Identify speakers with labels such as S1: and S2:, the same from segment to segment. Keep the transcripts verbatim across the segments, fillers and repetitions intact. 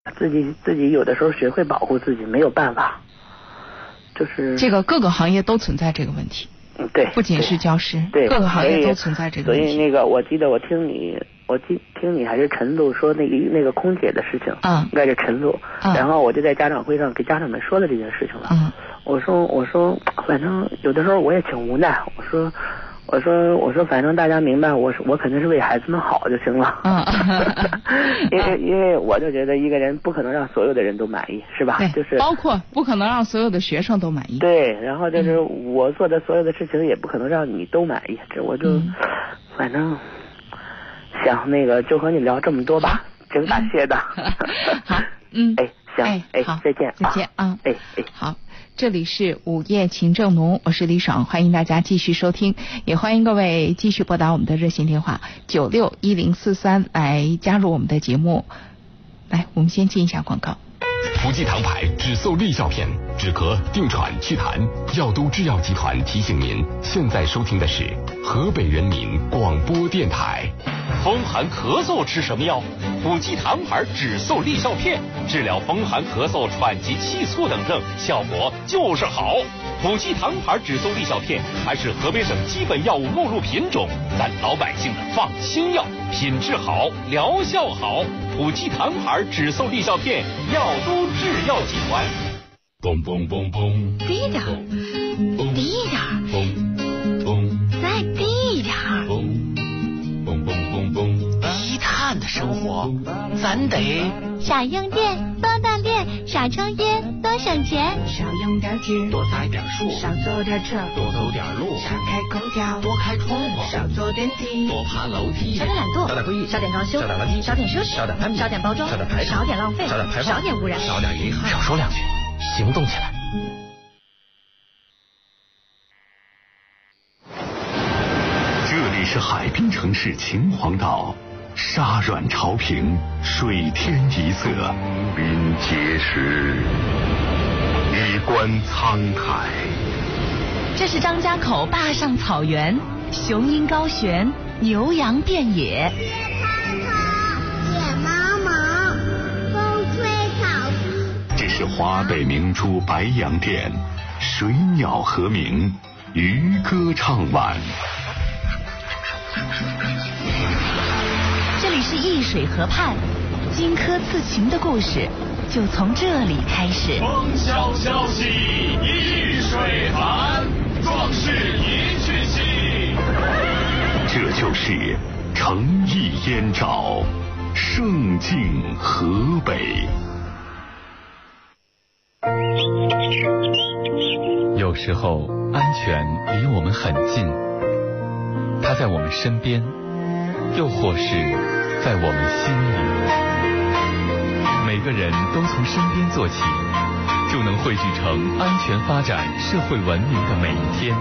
S1: 自己自己有的时候学会保护自己，没有办法，就是
S2: 这个各个行业都存在这个问题。
S1: 嗯，对，
S2: 不仅是教师，
S1: 对，
S2: 各个行业都存在这个问题。
S1: 所以那个，我记得我听你，我记听你还是陈露说那个那个空姐的事情，
S2: 嗯，
S1: 应该是陈露，
S2: 嗯，
S1: 然后我就在家长会上给家长们说了这件事情了，
S2: 嗯，
S1: 我说我说反正有的时候我也挺无奈，我说。我说我说反正大家明白，我我肯定是为孩子们好就行了。
S2: 嗯，
S1: 因为因为我就觉得一个人不可能让所有的人都满意，是吧？
S2: 对，
S1: 就是
S2: 包括不可能让所有的学生都满意。
S1: 对，然后就是我做的所有的事情也不可能让你都满意，这我就、嗯、反正想那个就和你聊这么多吧，挺感谢的。
S2: 好，嗯，
S1: 哎，行，
S2: 哎，
S1: 哎，
S2: 好，
S1: 再见，
S2: 再见啊，
S1: 哎哎，
S2: 好。这里是午夜情正浓，我是李爽，欢迎大家继续收听，也欢迎各位继续拨打我们的热线电话九六一零四三来加入我们的节目。来，我们先进一下广告。
S3: 福济堂牌止嗽利效片，止咳、定喘、祛痰。药都制药集团提醒您，现在收听的是河北人民广播电台。
S4: 风寒咳嗽吃什么药？福济堂牌止嗽利效片，治疗风寒咳嗽、喘急气促等症，效果就是好。普济堂牌止嗽利效片还是河北省基本药物目录品种，咱老百姓的放心药，品质好，疗效好。普济堂牌止嗽利效片，药都制药集团。
S3: 嘣嘣嘣嘣，
S5: 低一点，低一点，
S3: 嘣嘣，
S5: 再低一点。
S3: 嘣嘣嘣嘣，
S4: 低碳的生活，咱得
S5: 少用电，多锻炼，少抽烟，多省钱。
S6: 少用点纸，
S4: 多栽点树，
S6: 少坐点车，
S4: 多走点路，
S6: 少开空调，
S4: 多开窗户，
S6: 少坐电梯，
S4: 多爬楼梯。
S5: 少点懒惰，
S4: 少点会议，
S5: 少点装修，
S4: 少点垃圾，
S5: 少点奢侈，
S4: 少点攀比，
S5: 少点包装，
S4: 少点排
S5: 少点浪费，
S4: 少点排放，
S5: 少点污染，
S4: 少点遗憾。少说两句，行动起来。
S3: 这里是海滨城市秦皇岛，沙软潮平，水天一色，
S7: 砗砭结实，衣冠苍苔。
S8: 这是张家口坝上草原，雄鹰高悬，牛羊遍野。
S9: 野苍草，野茫茫，风吹草低。
S3: 这是华北明珠白洋淀，水鸟和鸣，渔歌唱晚。
S8: 这里是易水河畔，荆轲刺秦的故事就从这里开始。
S10: 风萧萧兮易水寒，壮士一去兮。
S3: 这就是诚意燕赵，胜境河北。
S11: 有时候安全离我们很近，它在我们身边，又或是在我们心里。每个人都从身边做起，就能汇聚成安全发展、社会文明的每一天。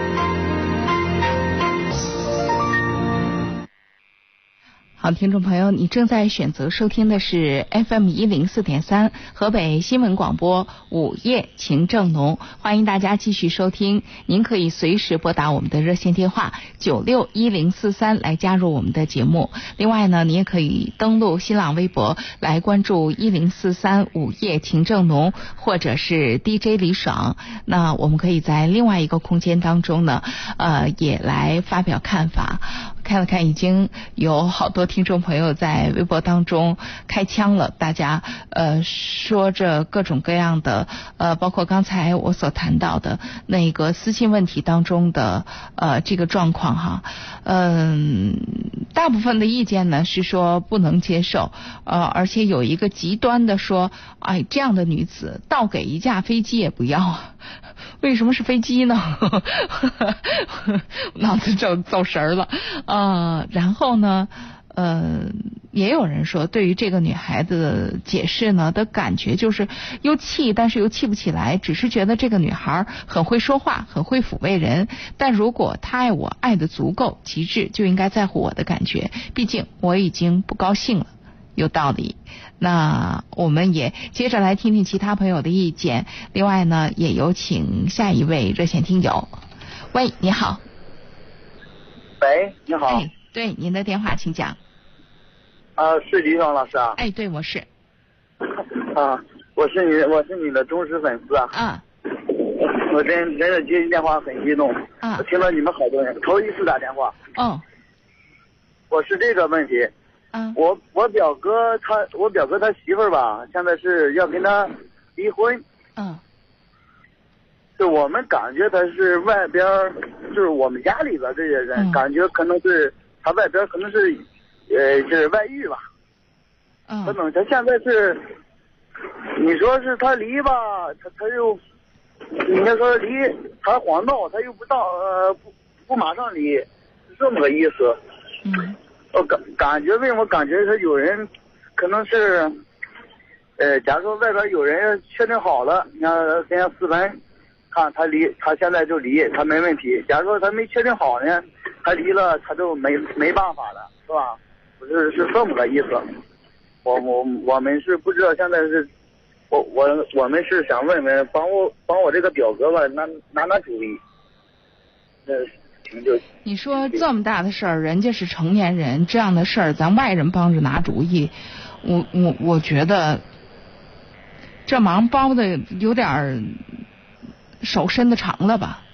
S2: 好，听众朋友，你正在选择收听的是 F M 一零四点三河北新闻广播午夜情正浓，欢迎大家继续收听。您可以随时拨打我们的热线电话九六一零四三来加入我们的节目。另外呢，你也可以登录新浪微博来关注一零四三午夜情正浓，或者是 D J 李爽。那我们可以在另外一个空间当中呢，呃，也来发表看法。看了看，已经有好多听众朋友在微博当中开枪了，大家呃说着各种各样的呃，包括刚才我所谈到的那个私信问题当中的呃这个状况哈，嗯、呃，大部分的意见呢是说不能接受，呃，而且有一个极端的说，哎，这样的女子倒给一架飞机也不要啊。为什么是飞机呢？脑子走走神儿了。呃，然后呢，呃，也有人说，对于这个女孩子的解释呢，的感觉就是又气，但是又气不起来，只是觉得这个女孩很会说话，很会抚慰人。但如果她爱我，爱得足够极致，就应该在乎我的感觉。毕竟我已经不高兴了。有道理。那我们也接着来听听其他朋友的意见。另外呢，也有请下一位热线听友。喂，你好。
S12: 喂，你好。
S2: 哎，对，您的电话请讲。
S12: 呃，是李爽老师啊。
S2: 哎，对，我是。
S12: 啊，我是你，我是你的忠实粉丝啊。
S2: 啊。
S12: 我真真的接电话很激动。
S2: 啊。
S12: 我听了你们好多人，头一次打电话。
S2: 哦。
S12: 我是这个问题。
S2: 嗯。
S12: 我我表哥他，我表哥他媳妇儿吧，现在是要跟他离婚。
S2: 嗯。
S12: 就我们感觉他是外边，就是我们家里边这些人，
S2: 嗯、
S12: 感觉可能是他外边可能是，呃，是外遇吧。
S2: 嗯。
S12: 可能他现在是，你说是他离吧，他他又，你要说离，他黄道，他又不到，呃，不不马上离，是这么个意思。
S2: 嗯。
S12: 我感感觉为什么感觉他有人，可能是，呃，假如说外边有人确定好了，你看跟人私奔。看他离，他现在就离，他没问题。假如说他没确定好呢，他离了，他就没没办法了，是吧？不是是这么个意思。我我我们是不知道现在是，我我我们是想问问，帮我帮我这个表哥吧，拿拿拿主意。那行就。
S2: 你说这么大的事儿，人家是成年人，这样的事儿咱外人帮着拿主意，我我我觉得这忙包的有点儿。手伸的长了吧？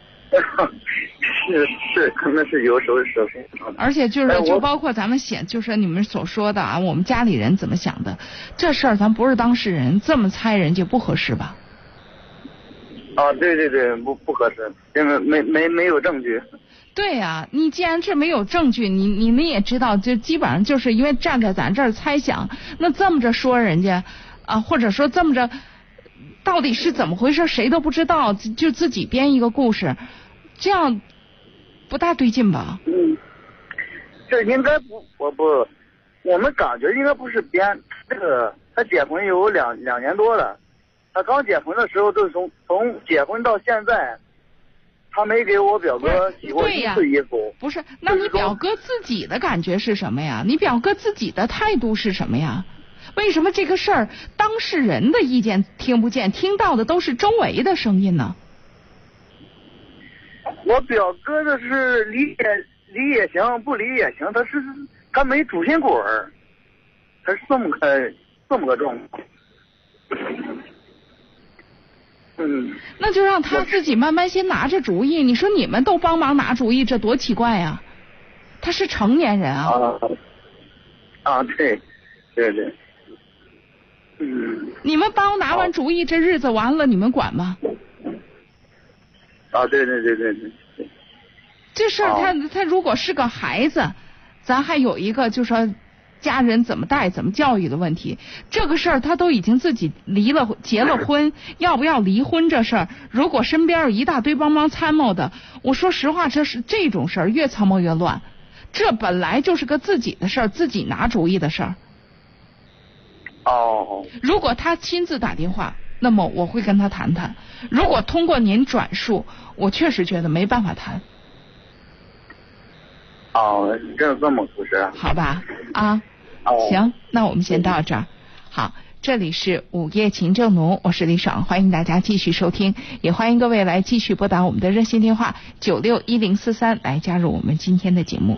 S12: 是是，可能是有手手伸长。
S2: 而且就是、哎、就包括咱们写，就是你们所说的啊，我们家里人怎么想的，这事儿咱不是当事人，这么猜人家不合适吧？
S12: 啊，对对对，不不合适，因为没没没有证据。
S2: 对呀、啊，你既然是没有证据，你你们也知道，就基本上就是因为站在咱这儿猜想，那这么着说人家啊，或者说这么着。到底是怎么回事？谁都不知道，就自己编一个故事，这样不大对劲吧？
S12: 嗯，这应该不，我不，我们感觉应该不是编。这个他结婚有两两年多了，他刚结婚的时候，就从从结婚到现在，他没给我表哥洗过一次衣服。
S2: 不是，那你表哥自己的感觉是什么呀？你表哥自己的态度是什么呀？为什么这个事儿当事人的意见听不见，听到的都是周围的声音呢？
S12: 我表哥的是离也离也行，不离也行，他是他没主心骨儿，他是这么个这么个状况。嗯，
S2: 那就让他自己慢慢先拿着主意。你说你们都帮忙拿主意，这多奇怪呀！他是成年人啊。
S12: 啊啊，对，对对。嗯，
S2: 你们帮拿完主意，这日子完了，你们管吗？
S12: 啊，对对对对对对。
S2: 这事儿他他如果是个孩子，咱还有一个就说家人怎么带、怎么教育的问题。这个事儿他都已经自己离了、结了婚，要不要离婚这事儿，如果身边有一大堆帮忙参谋的，我说实话，这是这种事儿越参谋越乱。这本来就是个自己的事儿，自己拿主意的事儿。
S12: 哦，
S2: 如果他亲自打电话，那么我会跟他谈谈。如果通过您转述，我确实觉得没办法谈。
S12: 哦，这是这么回事。
S2: 好吧，啊，
S12: 哦、
S2: 行，那我们先到这儿。好，这里是午夜情正浓，我是李爽，欢迎大家继续收听，也欢迎各位来继续拨打我们的热线电话九六一零四三来加入我们今天的节目。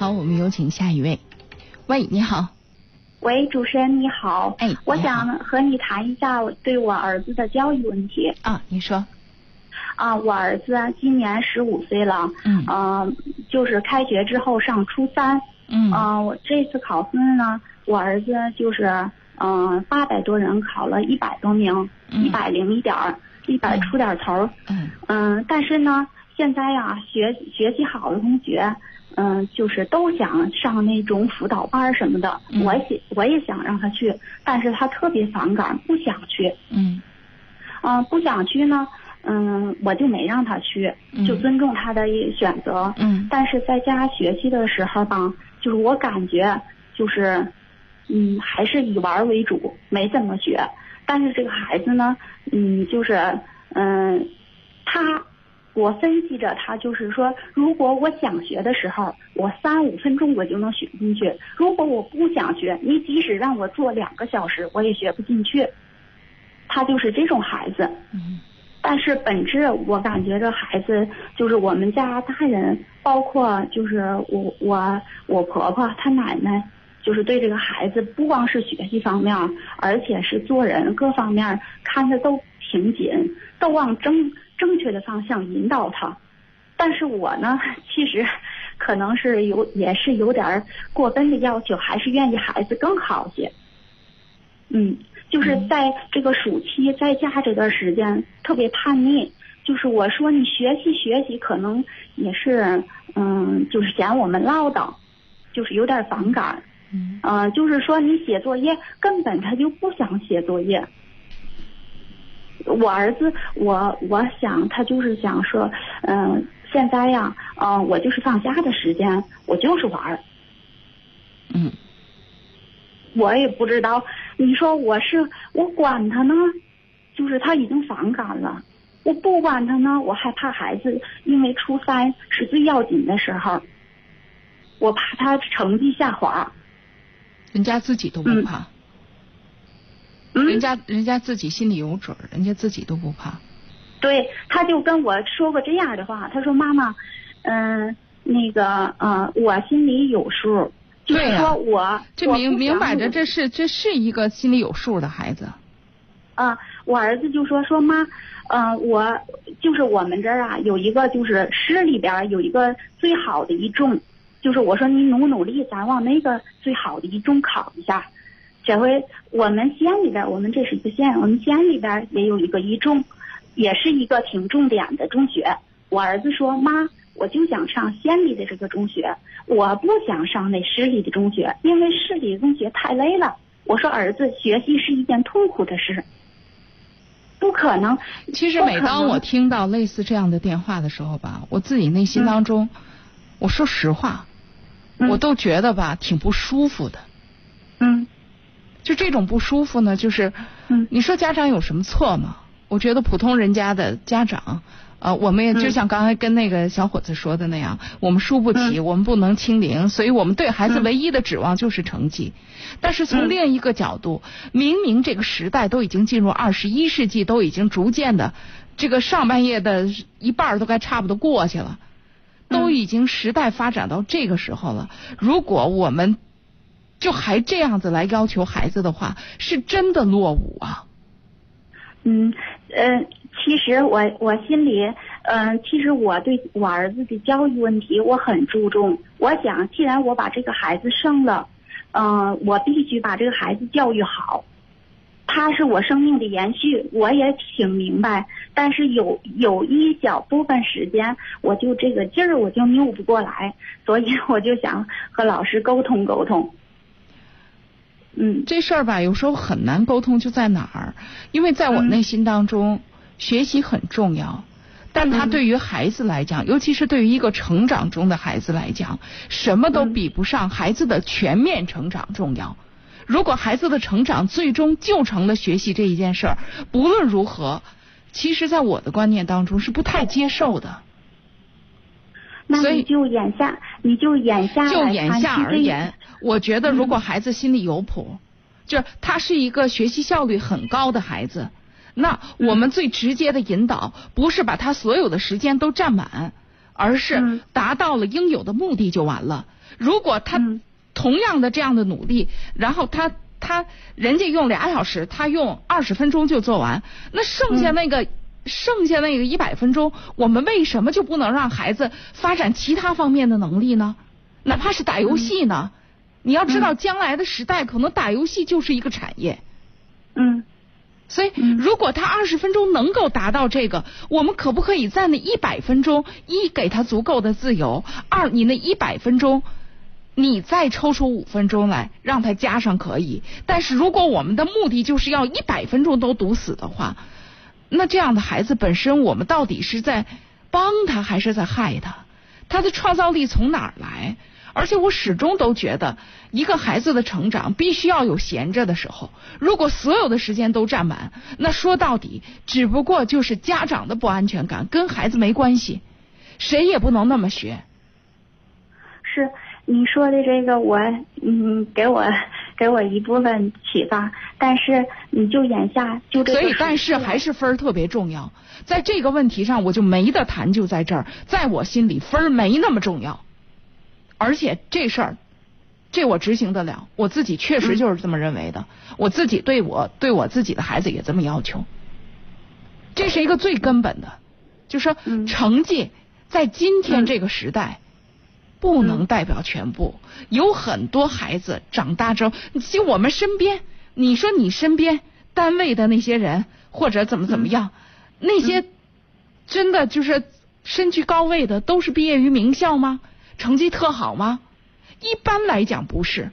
S2: 好，我们有请下一位。喂，你好。
S13: 喂，主持人你好。
S2: 哎，
S13: 我想和你谈一下我对我儿子的教育问题。
S2: 啊，你说。
S13: 啊，我儿子今年十五岁了。
S2: 嗯。
S13: 呃，就是开学之后上初三。
S2: 嗯。
S13: 呃，我这次考试呢，我儿子就是嗯八百多人考了一百多名，一百零一点儿，一百出点头。
S2: 嗯。
S13: 嗯，但是呢，现在呀，学学习好的同学。嗯，就是都想上那种辅导班什么的，
S2: 嗯、
S13: 我也我也想让他去，但是他特别反感，不想去。
S2: 嗯，
S13: 嗯、呃，不想去呢，嗯，我就没让他去，就尊重他的选择。
S2: 嗯，
S13: 但是在家学习的时候吧，就是我感觉就是，嗯，还是以玩为主，没怎么学。但是这个孩子呢，嗯，就是嗯，他。我分析着他，就是说，如果我想学的时候，我三五分钟我就能学进去；如果我不想学，你即使让我做两个小时，我也学不进去。他就是这种孩子。
S2: 嗯。
S13: 但是本质，我感觉这孩子就是我们家大人，包括就是我我我婆婆她奶奶，就是对这个孩子不光是学习方面，而且是做人各方面看着都挺紧，都往正。正确的方向引导他，但是我呢，其实可能是有也是有点过分的要求，还是愿意孩子更好些。嗯，就是在这个暑期在家这段时间特别叛逆，就是我说你学习学习，可能也是嗯，就是嫌我们唠叨，就是有点反感。
S2: 嗯，
S13: 呃，就是说你写作业根本他就不想写作业。我儿子，我我想他就是想说，嗯、呃，现在呀，嗯、呃，我就是放假的时间，我就是玩儿。
S2: 嗯，
S13: 我也不知道，你说我是我管他呢，就是他已经反感了；我不管他呢，我害怕孩子，因为初三是最要紧的时候，我怕他成绩下滑。
S2: 人家自己都不怕。嗯人家人家自己心里有准，人家自己都不怕。
S13: 对，他就跟我说过这样的话，他说妈妈，嗯、呃，那个呃，我心里有数，就是说我、
S2: 啊、这明明摆着这是这是一个心里有数的孩子。
S13: 啊，我儿子就说说妈，呃，我就是我们这儿啊有一个就是市里边有一个最好的一中，就是我说你努努力，咱往那个最好的一中考一下。这回我们县里边，我们这是一个县，我们县里边也有一个一中，也是一个挺重点的中学。我儿子说妈，我就想上县里的这个中学，我不想上那市里的中学，因为市里的中学太累了。我说儿子，学习是一件痛苦的事，不可能。
S2: 其实每当我听到类似这样的电话的时候吧，我自己内心当中，嗯、我说实话、嗯，我都觉得吧挺不舒服的。
S13: 嗯。
S2: 就这种不舒服呢，就是，
S13: 嗯，
S2: 你说家长有什么错吗？我觉得普通人家的家长，呃，我们也就像刚才跟那个小伙子说的那样，嗯、我们输不起、嗯，我们不能清零，所以我们对孩子唯一的指望就是成绩。嗯、但是从另一个角度，明明这个时代都已经进入二十一世纪，都已经逐渐的，这个上半叶的一半都该差不多过去了，都已经时代发展到这个时候了。如果我们就还这样子来要求孩子的话，是真的落伍啊。
S13: 嗯呃，其实我我心里，嗯、呃，其实我对我儿子的教育问题我很注重。我想，既然我把这个孩子生了，嗯、呃，我必须把这个孩子教育好。他是我生命的延续，我也挺明白。但是有有一小部分时间，我就这个劲儿我就拗不过来，所以我就想和老师沟通沟通。嗯，
S2: 这事儿吧，有时候很难沟通，就在哪儿？因为在我内心当中，嗯、学习很重要，但他对于孩子来讲，嗯、尤其是对于一个成长中的孩子来讲，什么都比不上孩子的全面成长重要。如果孩子的成长最终就成了学习这一件事儿，不论如何，其实在我的观念当中是不太接受的。
S13: 那你就眼下，你就眼下
S2: 就眼下而言，我觉得如果孩子心里有谱，嗯、就是他是一个学习效率很高的孩子，那我们最直接的引导不是把他所有的时间都占满， 而是达到了应有的目的就完了。如果他同样的这样的努力，然后他他人家用俩小时，他用二十分钟就做完，那剩下那个、嗯、剩下那个一百分钟，我们为什么就不能让孩子发展其他方面的能力呢？哪怕是打游戏呢？嗯、你要知道，将来的时代可能打游戏就是一个产业。
S13: 嗯。
S2: 所以，如果他二十分钟能够达到这个，我们可不可以在那一百分钟，一给他足够的自由，二你那一百分钟，你再抽出五分钟来让他加上可以。但是如果我们的目的就是要一百分钟都读死的话，那这样的孩子本身，我们到底是在帮他还是在害他？他的创造力从哪儿来？而且我始终都觉得，一个孩子的成长必须要有闲着的时候。如果所有的时间都占满，那说到底只不过就是家长的不安全感，跟孩子没关系。谁也不能那么学。
S13: 是你说的这个，我嗯，给我给我一部分启发。但是你就眼下就这个，
S2: 所以但是还是分儿特别重要。在这个问题上，我就没得谈，就在这儿，在我心里分儿没那么重要。而且这事儿，这我执行得了，我自己确实就是这么认为的。嗯、我自己对我对我自己的孩子也这么要求。这是一个最根本的，就是说成绩在今天这个时代、嗯、不能代表全部。有很多孩子长大之后，就我们身边，你说你身边单位的那些人或者怎么怎么样，嗯、那些真的就是身居高位的，都是毕业于名校吗？成绩特好吗？一般来讲不是。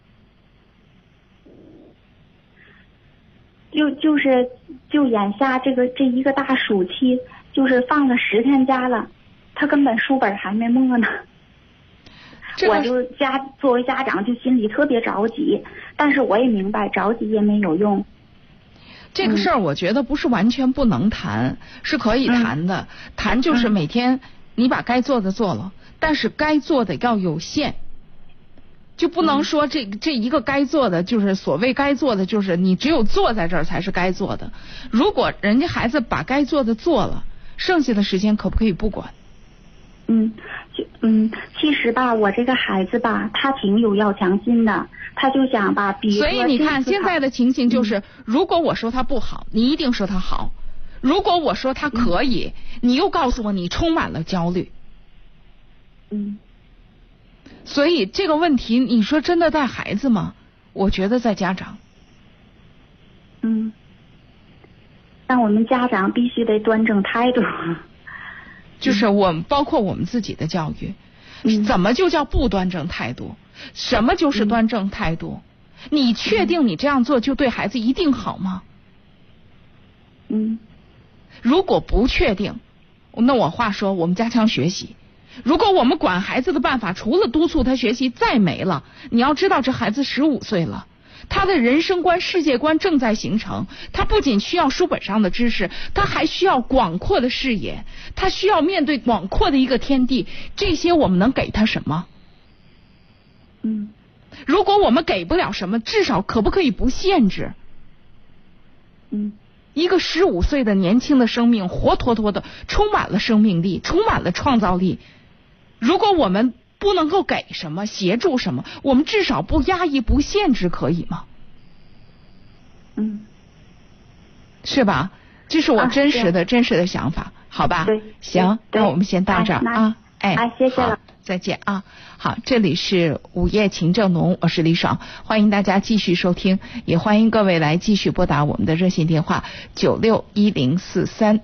S13: 就就是就眼下这个这一个大暑期，就是放了十天假了，他根本书本还没摸呢。这个、我就家作为家长就心里特别着急，但是我也明白着急也没有用。
S2: 这个事儿我觉得不是完全不能谈，嗯、是可以谈的。嗯、谈就是每天你把该做的做了。但是该做的要有限，就不能说这这一个该做的就是所谓该做的，就是你只有坐在这儿才是该做的。如果人家孩子把该做的做了，剩下的时间可不可以不管？
S13: 嗯，就嗯，其实吧，我这个孩子吧，他挺有要强心的，他就想吧，比如说，
S2: 所以你看现在的情形就是，嗯、如果我说他不好，你一定说他好；如果我说他可以，嗯、你又告诉我你充满了焦虑。
S13: 嗯，
S2: 所以这个问题，你说真的在孩子吗？我觉得在家长。
S13: 嗯，但我们家长必须得端正态度。
S2: 就是我们包括我们自己的教育，嗯、怎么就叫不端正态度？什么就是端正态度？嗯、你确定你这样做就对孩子一定好吗？
S13: 嗯，
S2: 如果不确定，那我话说，我们加强学习。如果我们管孩子的办法除了督促他学习再没了，你要知道这孩子十五岁了，他的人生观世界观正在形成，他不仅需要书本上的知识，他还需要广阔的视野，他需要面对广阔的一个天地，这些我们能给他什么？
S13: 嗯，
S2: 如果我们给不了什么，至少可不可以不限制？
S13: 嗯，
S2: 一个十五岁的年轻的生命，活脱脱的充满了生命力，充满了创造力。如果我们不能够给什么协助什么，我们至少不压抑不限制，可以吗？
S13: 嗯，
S2: 是吧？这是我真实的、啊、真实的想法，好吧？
S13: 对，
S2: 行，那我们先到这儿啊。哎，
S13: 哎，谢谢了，
S2: 再见啊。好，这里是午夜情正浓，我是李爽，欢迎大家继续收听，也欢迎各位来继续拨打我们的热线电话九六一零四三。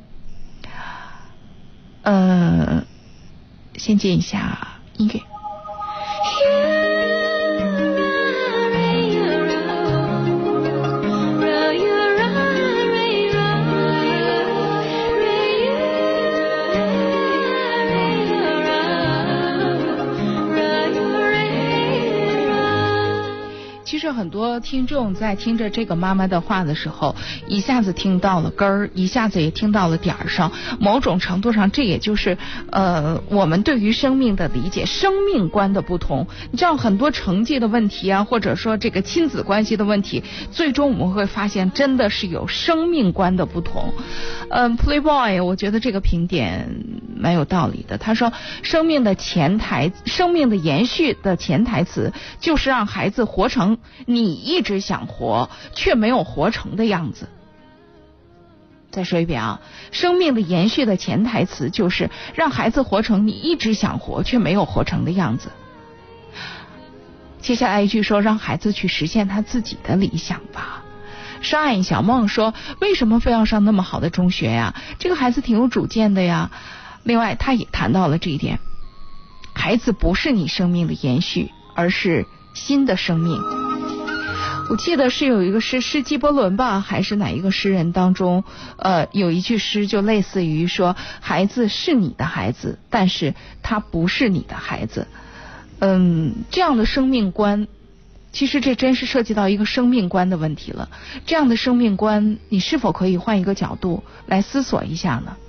S2: 呃。先接一下音乐。其实很多听众在听着这个妈妈的话的时候，一下子听到了根儿，一下子也听到了点儿上。某种程度上，这也就是呃我们对于生命的理解、生命观的不同。你知道很多成绩的问题啊，或者说这个亲子关系的问题，最终我们会发现真的是有生命观的不同。嗯、呃、，Playboy， 我觉得这个评点蛮有道理的。他说，生命的潜台，生命的延续的潜台词，就是让孩子活成你一直想活却没有活成的样子。再说一遍啊，生命的延续的潜台词就是让孩子活成你一直想活却没有活成的样子。接下来一句说，让孩子去实现他自己的理想吧。上爱小梦说，为什么非要上那么好的中学呀？这个孩子挺有主见的呀。另外他也谈到了这一点，孩子不是你生命的延续，而是新的生命。我记得是有一个诗，诗纪伯伦吧，还是哪一个诗人当中，呃，有一句诗就类似于说，孩子是你的孩子，但是他不是你的孩子。嗯，这样的生命观，其实这真是涉及到一个生命观的问题了。这样的生命观，你是否可以换一个角度来思索一下呢？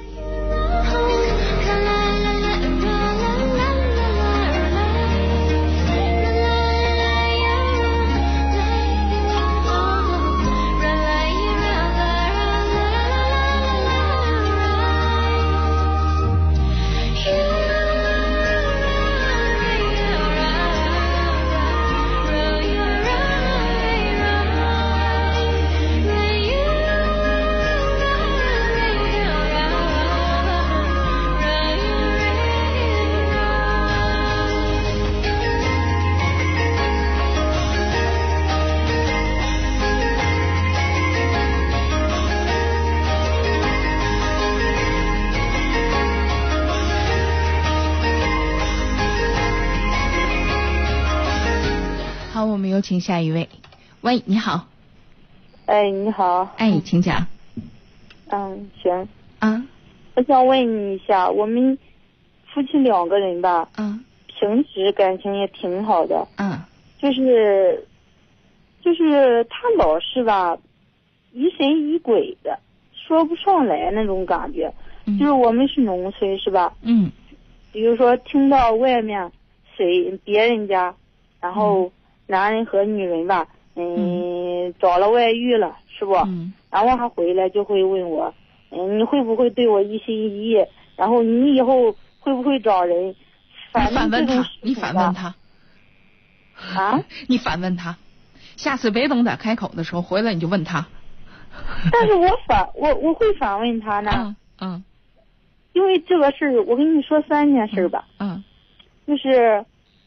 S2: 有请下一位。喂，你好。
S14: 哎，你好。
S2: 哎，请讲。
S14: 嗯，行。
S2: 啊，
S14: 我想问你一下，我们夫妻两个人吧，
S2: 嗯，
S14: 平时感情也挺好的，
S2: 嗯，
S14: 就是就是他老是吧疑神疑鬼的，说不上来那种感觉。嗯、就是我们是农村是吧？
S2: 嗯。
S14: 比如说听到外面谁别人家，然后。嗯男人和女人吧，嗯，嗯找了外遇了，是不？
S2: 嗯。
S14: 然后他回来就会问我，嗯，你会不会对我一心一意？然后你以后会不会找人？反正这种事情吧。
S2: 你反问他。
S14: 啊？
S2: 你反问他，下次别等他开口的时候回来你就问他。
S14: 但是我反我我会反问他呢。
S2: 嗯嗯。
S14: 因为这个事，我跟你说三件事吧。
S2: 嗯。
S14: 就是。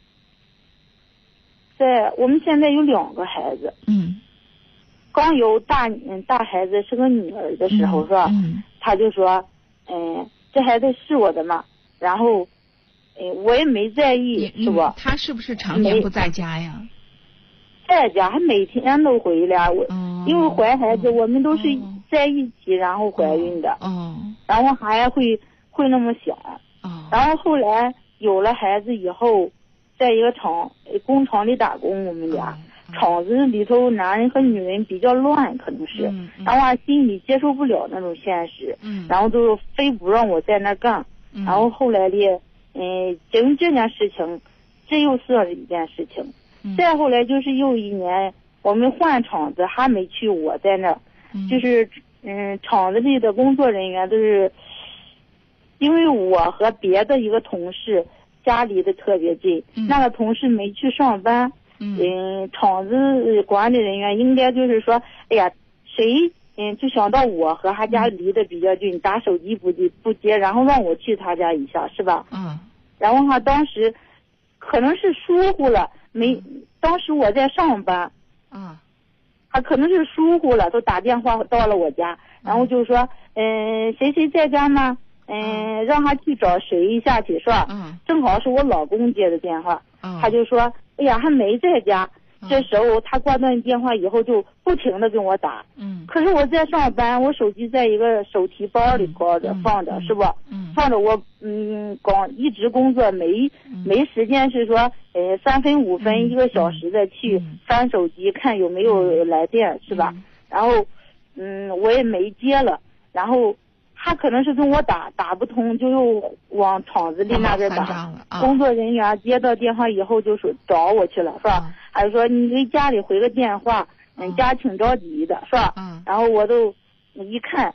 S14: 在我们现在有两个孩子，
S2: 嗯，
S14: 刚有大嗯大孩子是个女儿的时候，
S2: 嗯、
S14: 是吧？
S2: 嗯，
S14: 他就说，嗯，这孩子是我的嘛，然后，嗯，我也没在意，是不？
S2: 他是不是常年不在家呀？
S14: 在家，还每天都回来。我、哦、因为怀孩子、哦，我们都是在一起，然后怀孕的。
S2: 哦。
S14: 然后还会会那么想。
S2: 哦。
S14: 然后后来有了孩子以后。在一个厂工厂里打工，我们俩、嗯、厂子里头男人和女人比较乱，可能是，
S2: 嗯嗯、
S14: 然后他心里接受不了那种现实，
S2: 嗯、
S14: 然后就非不让我在那干，
S2: 嗯、
S14: 然后后来的，嗯，经这件事情，这又是一件事情，
S2: 嗯、
S14: 再后来就是又一年，我们换厂子还没去，我在那，
S2: 嗯、
S14: 就是嗯，厂子里的工作人员都是，因为我和别的一个同事。家离得特别近、
S2: 嗯，
S14: 那个同事没去上班，
S2: 嗯，
S14: 嗯厂子管理人员应该就是说，哎呀，谁嗯就想到我和他家离得比较近，嗯、打手机不接不接，然后让我去他家一下，是吧？
S2: 嗯，
S14: 然后他当时可能是疏忽了，没，
S2: 嗯、
S14: 当时我在上班，
S2: 啊，
S14: 他可能是疏忽了，都打电话到了我家，然后就说，嗯，谁谁在家吗？嗯，让他去找谁一下去是吧？
S2: 嗯，
S14: 正好是我老公接的电话，
S2: 嗯、
S14: 他就说，哎呀，还没在家。
S2: 嗯、
S14: 这时候他挂断电话以后就不停的跟我打。
S2: 嗯。
S14: 可是我在上班，我手机在一个手提包里搁着、
S2: 嗯、
S14: 放着，
S2: 嗯、
S14: 是不？
S2: 嗯。
S14: 放着我嗯，光一直工作没、嗯、没时间是说，呃，三分五分、嗯、一个小时的去翻手机、嗯、看有没有来电、嗯、是吧？然后嗯，我也没接了，然后。他可能是跟我打打不通，就又往厂子里那边打。
S2: 啊、
S14: 工作人员接到电话以后就说找我去了，是吧？
S2: 啊、
S14: 还是说你给家里回个电话，嗯，家挺着急的，是吧？
S2: 嗯。
S14: 然后我都一看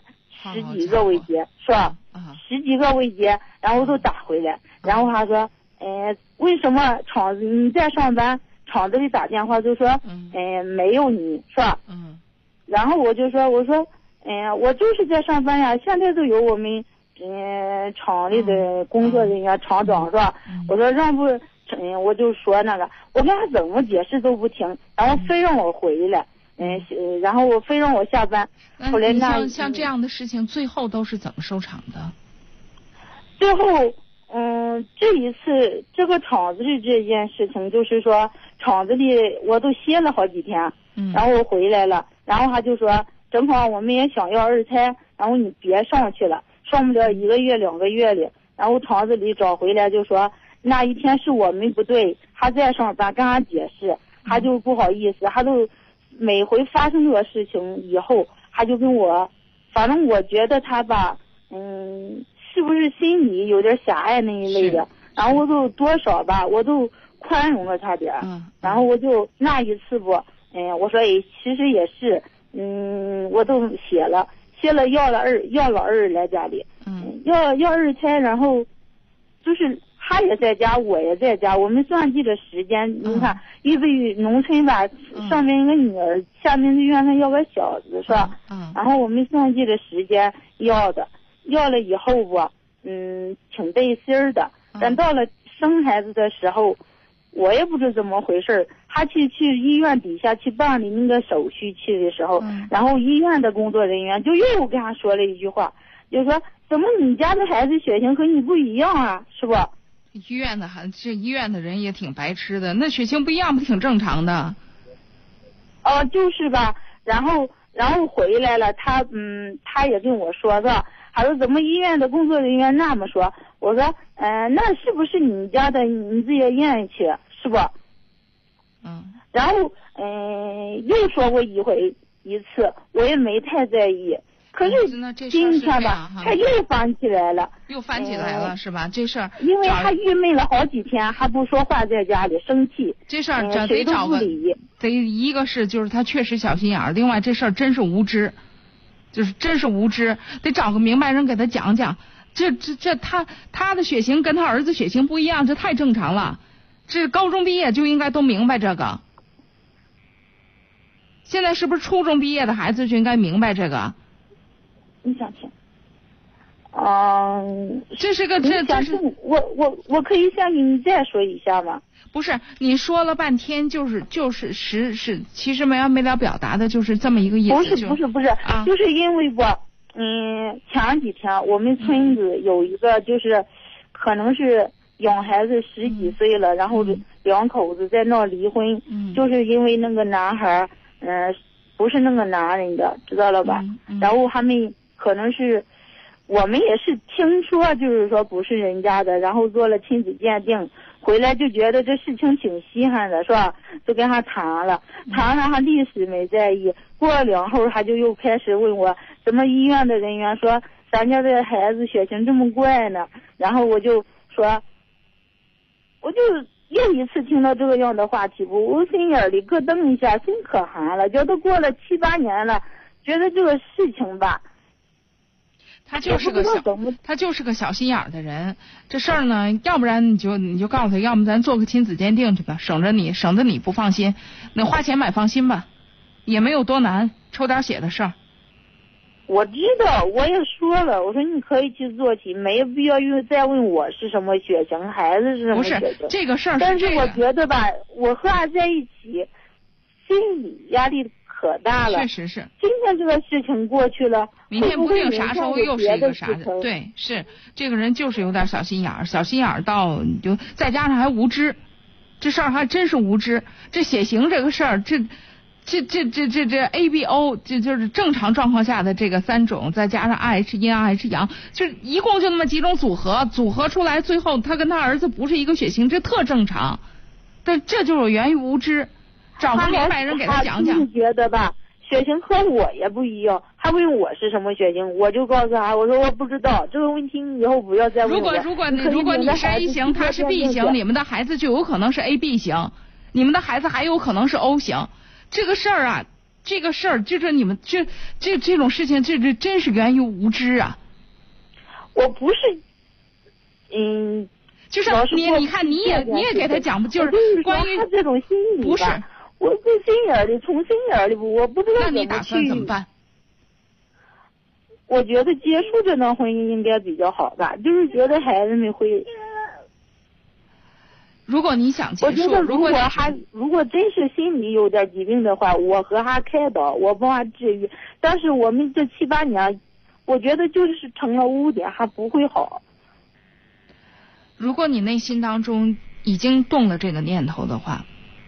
S14: 十几个未接，是吧？
S2: 啊，
S14: 十几个未接，然后都打回来，然后他说，呃，为什么厂子你在上班，厂子里打电话就说，嗯、呃，没有你，是吧？嗯。然后我就说，我说，哎、呃，我就是在上班呀，现在都有我们，呃，厂里的工作人员、嗯、厂长，是吧？嗯、我说让不，嗯、呃，我就说那个，我跟他怎么解释都不听，然后非让我回来。嗯，然后我非让我下班，后来那
S2: 像像这样的事情，最后都是怎么收场的？
S14: 最后，嗯，这一次这个厂子里这件事情，就是说厂子里我都歇了好几天，嗯，然后我回来了，然后他就说，正好我们也想要二胎，然后你别上去了，上不了一个月两个月里，然后厂子里找回来就说那一天是我们不对，他在上班跟他解释，他就不好意思，他都。每回发生这个事情以后，他就跟我，反正我觉得他吧，嗯，是不是心里有点狭隘那一类的，然后我都多少吧，我都宽容了他点，嗯，然后我就那一次不，嗯，我说哎，其实也是，嗯，我都写了，写了要了二要了二来家里，嗯，要要二胎，然后就是。他也在家，我也在家，我们算计着时间。嗯、你看，因为农村吧，嗯、上面一个女儿，下面就愿他要个小子，是吧？嗯。然后我们算计着时间要的，要了以后不，嗯，挺带心儿的。但到了生孩子的时候，我也不知怎么回事儿。他去去医院底下去办理那个手续去的时候，嗯、然后医院的工作人员就又跟他说了一句话，就说怎么你家的孩子血型和你不一样啊，是不？
S2: 医院的还这医院的人也挺白痴的，那血型不一样不挺正常的？
S14: 哦，就是吧。然后然后回来了，他嗯，他也跟我说是吧？他说怎么医院的工作人员那么说？我说嗯、呃，那是不是你家的你自己验去是不？嗯。然后嗯、呃，又说过一回一次，我也没太在意。可是今天吧，他又翻起来了，
S2: 又翻起来了、呃、是吧？这事儿，
S14: 因为他郁闷了好几天，还不说话，在家里生气。
S2: 这事儿这得找个，得一个是就是他确实小心眼儿，另外这事儿真是无知，就是真是无知，得找个明白人给他讲讲。这这这他他的血型跟他儿子血型不一样，这太正常了。这高中毕业就应该都明白这个。现在是不是初中毕业的孩子就应该明白这个？
S14: 你想听？嗯，
S2: 这是个这这是
S14: 我我我可以向你再说一下吗？
S2: 不是，你说了半天就是就是实是其实没完没了表达的就是这么一个意思。
S14: 不是不是不是，啊、就是因为不，嗯，前几天我们村子有一个就是，可能是养孩子十几岁了，嗯、然后两口子在闹离婚，嗯、就是因为那个男孩，嗯、呃，不是那个男人的，知道了吧？嗯嗯、然后他们。可能是我们也是听说，就是说不是人家的，然后做了亲子鉴定，回来就觉得这事情挺稀罕的，是吧？就跟他谈了，谈了他历史没在意，过了两后他就又开始问我，怎么医院的人员说咱家的孩子血型这么怪呢？然后我就说，我就又一次听到这个样的话题，我心眼里咯噔一下，心可寒了，觉得过了七八年了，觉得这个事情吧。
S2: 他就是个小，他就是个小心眼的人。这事儿呢，要不然你就你就告诉他，要么咱做个亲子鉴定去吧，省着你省得你不放心。那花钱买放心吧，也没有多难，抽点血的事儿。
S14: 我知道，我也说了，我说你可以去做起，没必要又再问我是什么血型，孩子是什么血型。
S2: 不是这个事儿，
S14: 但是我觉得吧，我和他在一起，心理压力可大了。
S2: 确实是。
S14: 今天这个事情过去了，
S2: 明天不定啥时候又是一个啥的。对，是这个人就是有点小心眼儿，小心眼儿到你就再加上还无知，这事儿还真是无知。这血型这个事儿，这这这这这这 A B O， 这就是正常状况下的这个三种，再加上 R H 阴 R H 阳，就一共就那么几种组合，组合出来，最后他跟他儿子不是一个血型，这特正常。但这就是源于无知。找个明白人给他讲讲。
S14: 他觉得吧，血型和我也不一样，他问我是什么血型，我就告诉他，我说我不知道这个问题，你以后不要再问我。
S2: 如果如果如果你是 A 型，他是 B 型，你们的孩子就有可能是 A B 型，你们的孩子还有可能是 O 型。这个事儿啊， 这个事儿就是你们这这这种事情，这这真是源于无知啊！
S14: 我不是，嗯，
S2: 就是你你看你也你也给他讲不就是关于
S14: 他这种心理
S2: 不是，
S14: 我这心眼里从心眼里我不知道怎么去。
S2: 那你打算怎么办？
S14: 我觉得结束这段婚姻应该比较好吧，就是觉得孩子们会。
S2: 如果你想结束，
S14: 我觉得如果他
S2: 如,
S14: 如果真是心里有点疾病的话，我和他开导，我帮他治愈。但是我们这七八年，我觉得就是成了污点，还不会好。
S2: 如果你内心当中已经动了这个念头的话，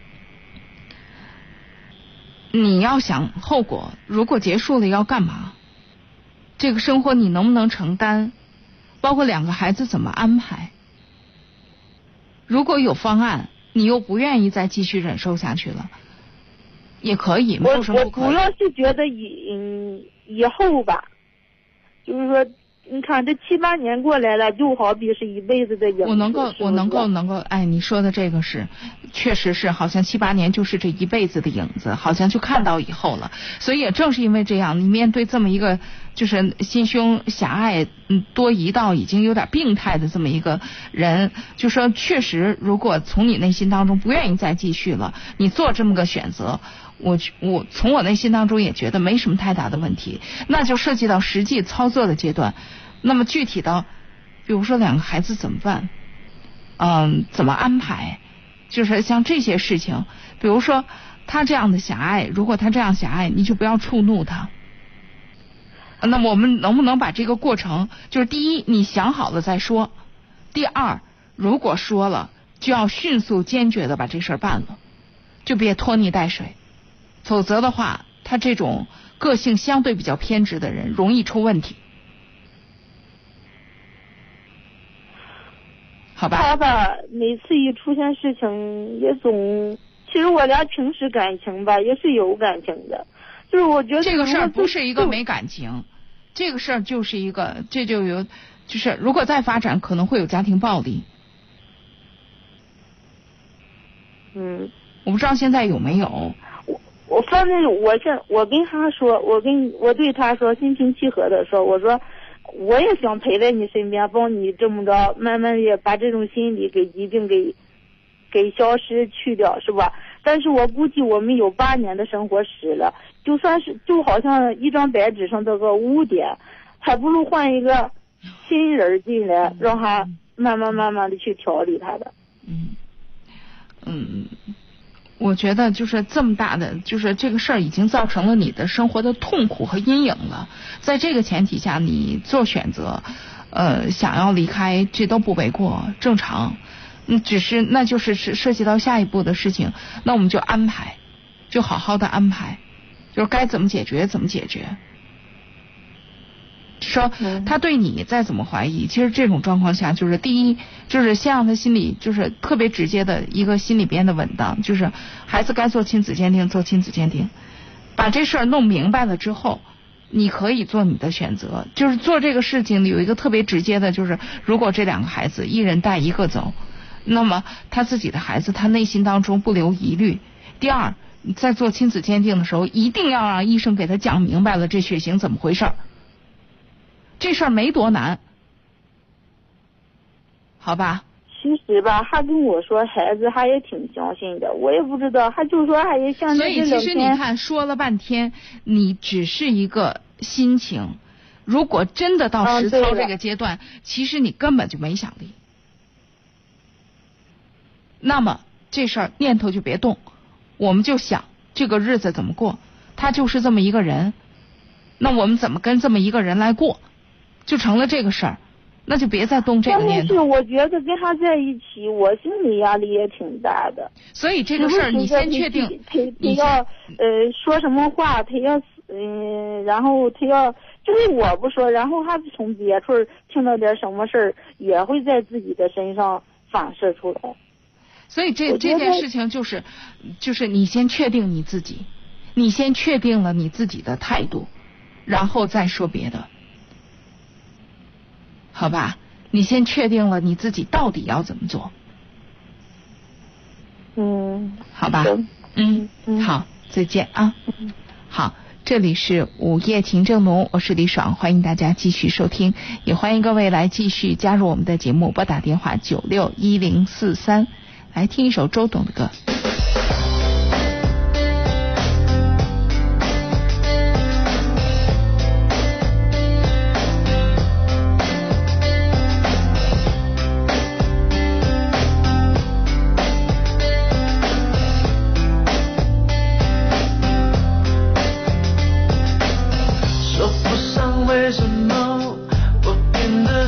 S2: 你要想后果，如果结束了要干嘛？这个生活你能不能承担？包括两个孩子怎么安排？如果有方案，你又不愿意再继续忍受下去了，也可以，没有什么不可以。
S14: 我我主要是觉得以嗯以后吧，就是说，你看这七八年过来了，就好比是一辈子的影子。
S2: 我能够，我能够，能够，哎，你说的这个是，确实是，好像七八年就是这一辈子的影子，好像就看到以后了。所以也正是因为这样，你面对这么一个就是心胸狭隘、嗯多疑到已经有点病态的这么一个人，就说确实，如果从你内心当中不愿意再继续了，你做这么个选择。我我从我内心当中也觉得没什么太大的问题，那就涉及到实际操作的阶段。那么具体到，比如说两个孩子怎么办，嗯，怎么安排，就是像这些事情，比如说他这样的狭隘，如果他这样狭隘，你就不要触怒他。那么我们能不能把这个过程，就是第一，你想好了再说；第二，如果说了，就要迅速坚决的把这事儿办了，就别拖泥带水。否则的话，他这种个性相对比较偏执的人容易出问题，好吧？
S14: 他吧，每次一出现事情也总，其实我俩平时感情吧也是有感情的，就是我觉得
S2: 这个事儿不是一个没感情，这个事儿就是一个，这就有，就是如果再发展可能会有家庭暴力。
S14: 嗯，
S2: 我不知道现在有没有。
S14: 我反正我现我跟他说，我跟我对他说，心平气和的说，我说我也想陪在你身边，帮你这么着，慢慢也把这种心理给疾病给给消失去掉，是吧？但是我估计我们有八年的生活史了，就算是就好像一张白纸上这个污点，还不如换一个新人进来，让他慢慢慢慢的去调理他的。
S2: 嗯嗯。我觉得就是这么大的，就是这个事儿已经造成了你的生活的痛苦和阴影了。在这个前提下，你做选择，呃，想要离开，这都不为过，正常。嗯，只是那就是涉及到下一步的事情，那我们就安排，就好好的安排，就是该怎么解决怎么解决。说他对你再怎么怀疑，其实这种状况下，就是第一，就是先让他心里就是特别直接的一个心里边的稳当，就是孩子该做亲子鉴定做亲子鉴定，把这事儿弄明白了之后，你可以做你的选择，就是做这个事情有一个特别直接的，就是如果这两个孩子一人带一个走，那么他自己的孩子他内心当中不留疑虑。第二，在做亲子鉴定的时候，一定要让医生给他讲明白了这血型怎么回事儿。这事儿没多难，好吧？
S14: 其实吧，他跟我说孩子，他也挺相信的，我也不知道，他就说他也像
S2: 所以其实你看说了半天，你只是一个心情，如果真的到实操这个阶段，嗯、其实你根本就没想离。那么这事儿念头就别动，我们就想这个日子怎么过，他就是这么一个人，那我们怎么跟这么一个人来过？就成了这个事儿，那就别再动这个念头。
S14: 但是我觉得跟他在一起，我心理压力也挺大的。
S2: 所以这个事儿你先确定，
S14: 他他要呃说什么话，他要嗯、呃，然后他要就是我不说，然后他从别处听到点什么事儿，也会在自己的身上反射出来。
S2: 所以这这件事情就是就是你先确定你自己，你先确定了你自己的态度，然后再说别的。好吧，你先确定了你自己到底要怎么做。
S14: 嗯，
S2: 好吧，嗯嗯，好，再见啊。嗯好，这里是午夜情正浓，我是李爽，欢迎大家继续收听，也欢迎各位来继续加入我们的节目，拨打电话九六一零四三，来听一首周董的歌。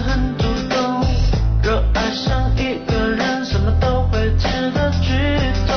S15: 热爱上一个人，什么都会值得去做。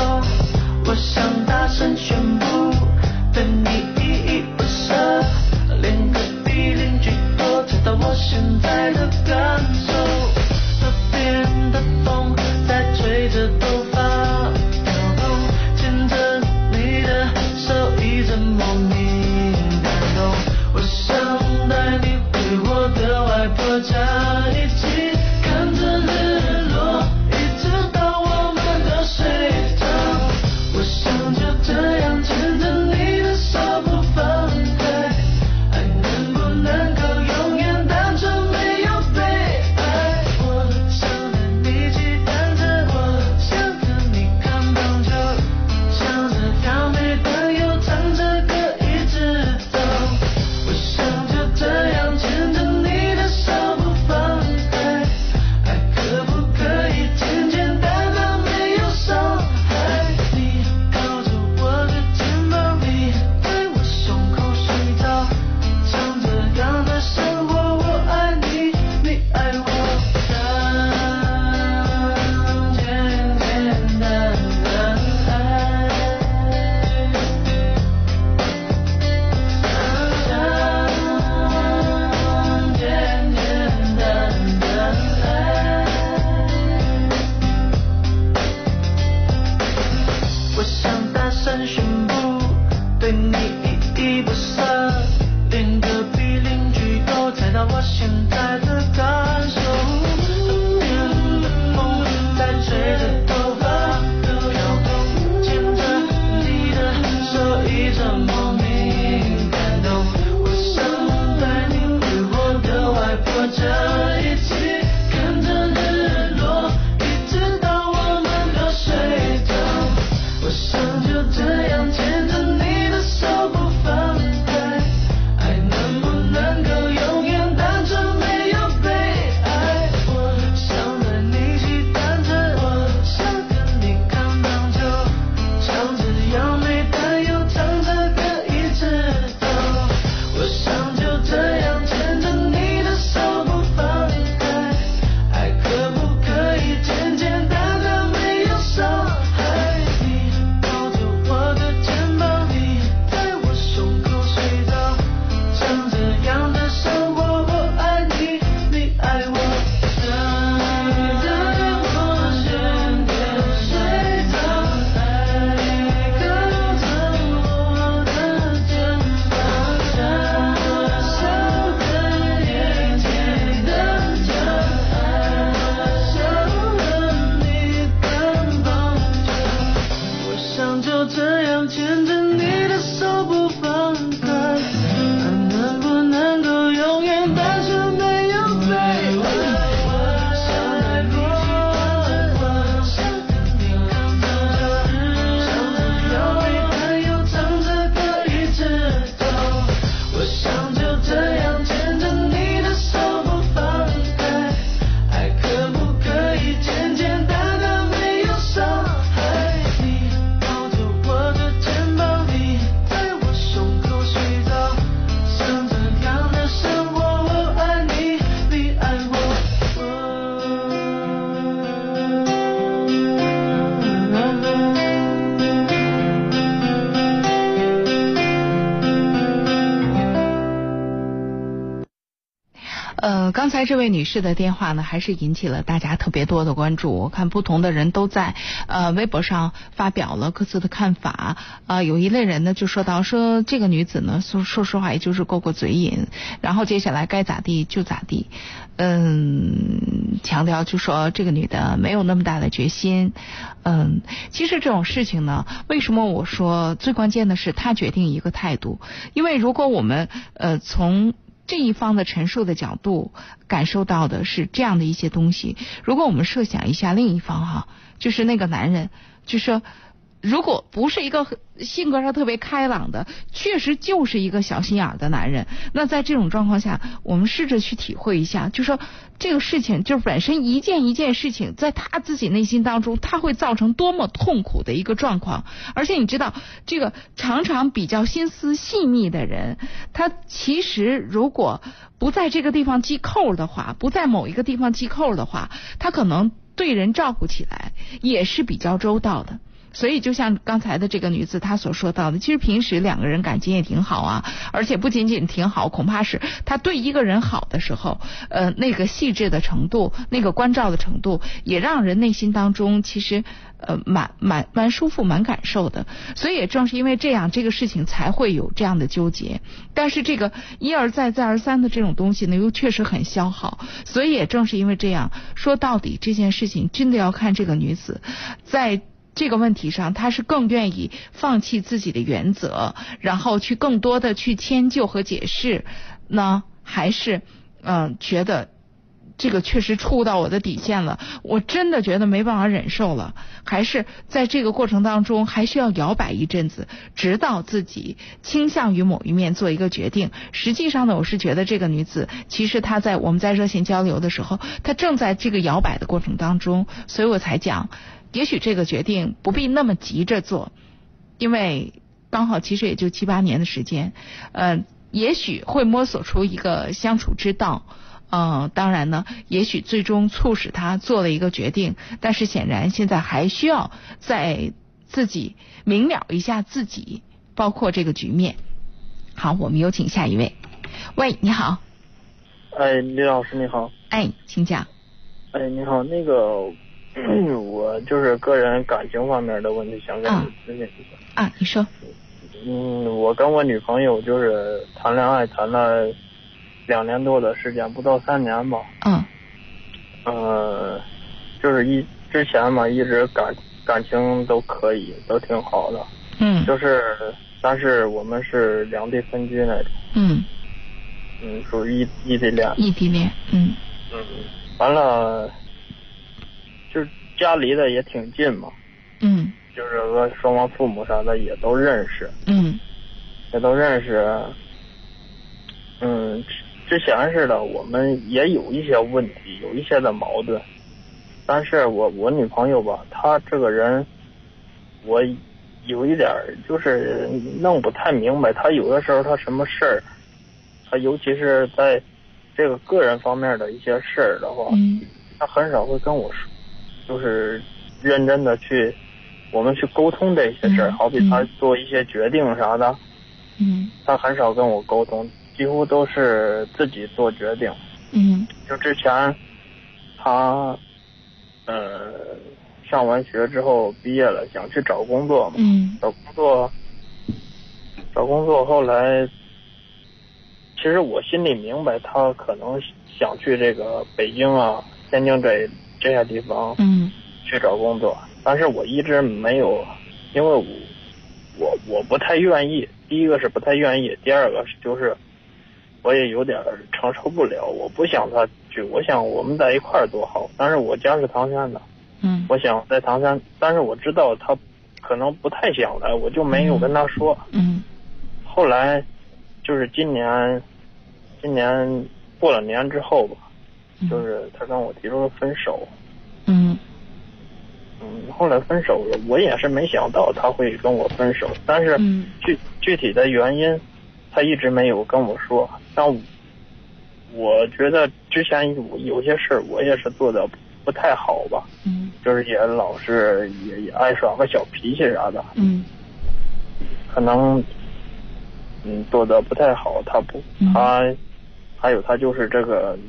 S2: 呃，刚才这位女士的电话呢，还是引起了大家特别多的关注。我看不同的人都在呃微博上发表了各自的看法。啊、呃，有一类人呢就说到说这个女子呢，说说实话也就是过过嘴瘾，然后接下来该咋地就咋地。嗯，强调就说这个女的没有那么大的决心。嗯，其实这种事情呢，为什么我说最关键的是她决定一个态度？因为如果我们呃从这一方的陈述的角度感受到的是这样的一些东西，如果我们设想一下另一方哈，就是那个男人，就说如果不是一个性格上特别开朗的，确实就是一个小心眼的男人，那在这种状况下，我们试着去体会一下，就说这个事情就是本身一件一件事情在他自己内心当中，他会造成多么痛苦的一个状况。而且你知道，这个常常比较心思细密的人，他其实如果不在这个地方系扣的话，不在某一个地方系扣的话，他可能对人照顾起来也是比较周到的。所以就像刚才的这个女子她所说到的，其实平时两个人感情也挺好啊，而且不仅仅挺好，恐怕是她对一个人好的时候，呃，那个细致的程度，那个关照的程度，也让人内心当中其实呃蛮蛮蛮舒服、蛮感受的。所以也正是因为这样，这个事情才会有这样的纠结。但是这个一而再、再而三的这种东西呢，又确实很消耗。所以也正是因为这样，说到底这件事情真的要看这个女子在这个问题上，他是更愿意放弃自己的原则，然后去更多的去迁就和解释呢，还是嗯、呃、觉得这个确实触到我的底线了，我真的觉得没办法忍受了，还是在这个过程当中还需要摇摆一阵子，直到自己倾向于某一面做一个决定。实际上呢，我是觉得这个女子其实她在我们在热线交流的时候，她正在这个摇摆的过程当中，所以我才讲也许这个决定不必那么急着做，因为刚好其实也就七八年的时间，呃，也许会摸索出一个相处之道。嗯、呃，当然呢，也许最终促使他做了一个决定，但是显然现在还需要再自己明了一下自己，包括这个局面。好，我们有请下一位。喂，你好。
S15: 哎，李老师你好。
S2: 哎，请讲。
S15: 哎，你好，那个。嗯，我就是个人感情方面的问题，想跟你咨询一下。
S2: 啊，你说。
S15: 嗯，我跟我女朋友就是谈恋爱谈了两年多的时间，不到三年吧。
S2: 嗯。
S15: 呃，就是一之前嘛，一直感感情都可以，都挺好的。
S2: 嗯。
S15: 就是，但是我们是两地分居那种。
S2: 嗯。
S15: 嗯，属于异地恋。
S2: 异地恋。嗯。
S15: 嗯，完了。就是家离得也挺近嘛，
S2: 嗯，
S15: 就是和双方父母啥的也都认识，
S2: 嗯，
S15: 也都认识，嗯，之前似的，我们也有一些问题，有一些的矛盾，但是我我女朋友吧，她这个人，我有一点就是弄不太明白，她有的时候她什么事儿，她尤其是在这个个人方面的一些事儿的话，
S2: 嗯，
S15: 她很少会跟我说。就是认真的去，我们去沟通这些事儿、嗯，好比他做一些决定啥的，
S2: 嗯，
S15: 他很少跟我沟通，几乎都是自己做决定。
S2: 嗯，
S15: 就之前他呃上完学之后毕业了，想去找工作嘛，
S2: 嗯，
S15: 找工作，找工作后来，其实我心里明白他可能想去这个北京啊、天津这。这些地方，
S2: 嗯，
S15: 去找工作，但是我一直没有，因为我我我不太愿意。第一个是不太愿意，第二个是就是我也有点承受不了，我不想他去，我想我们在一块儿多好。但是我家是唐山的，
S2: 嗯，
S15: 我想在唐山，但是我知道他可能不太想来，我就没有跟他说。
S2: 嗯，
S15: 后来就是今年，今年过了年之后吧。就是他跟我提出了分手，
S2: 嗯，
S15: 嗯，后来分手了，我也是没想到他会跟我分手，但是具具体的原因，他一直没有跟我说。但我觉得之前有些事我也是做的不太好吧，
S2: 嗯，
S15: 就是也老是也也爱耍个小脾气啥的，
S2: 嗯，
S15: 可能嗯做的不太好，他不他还有他就是这个。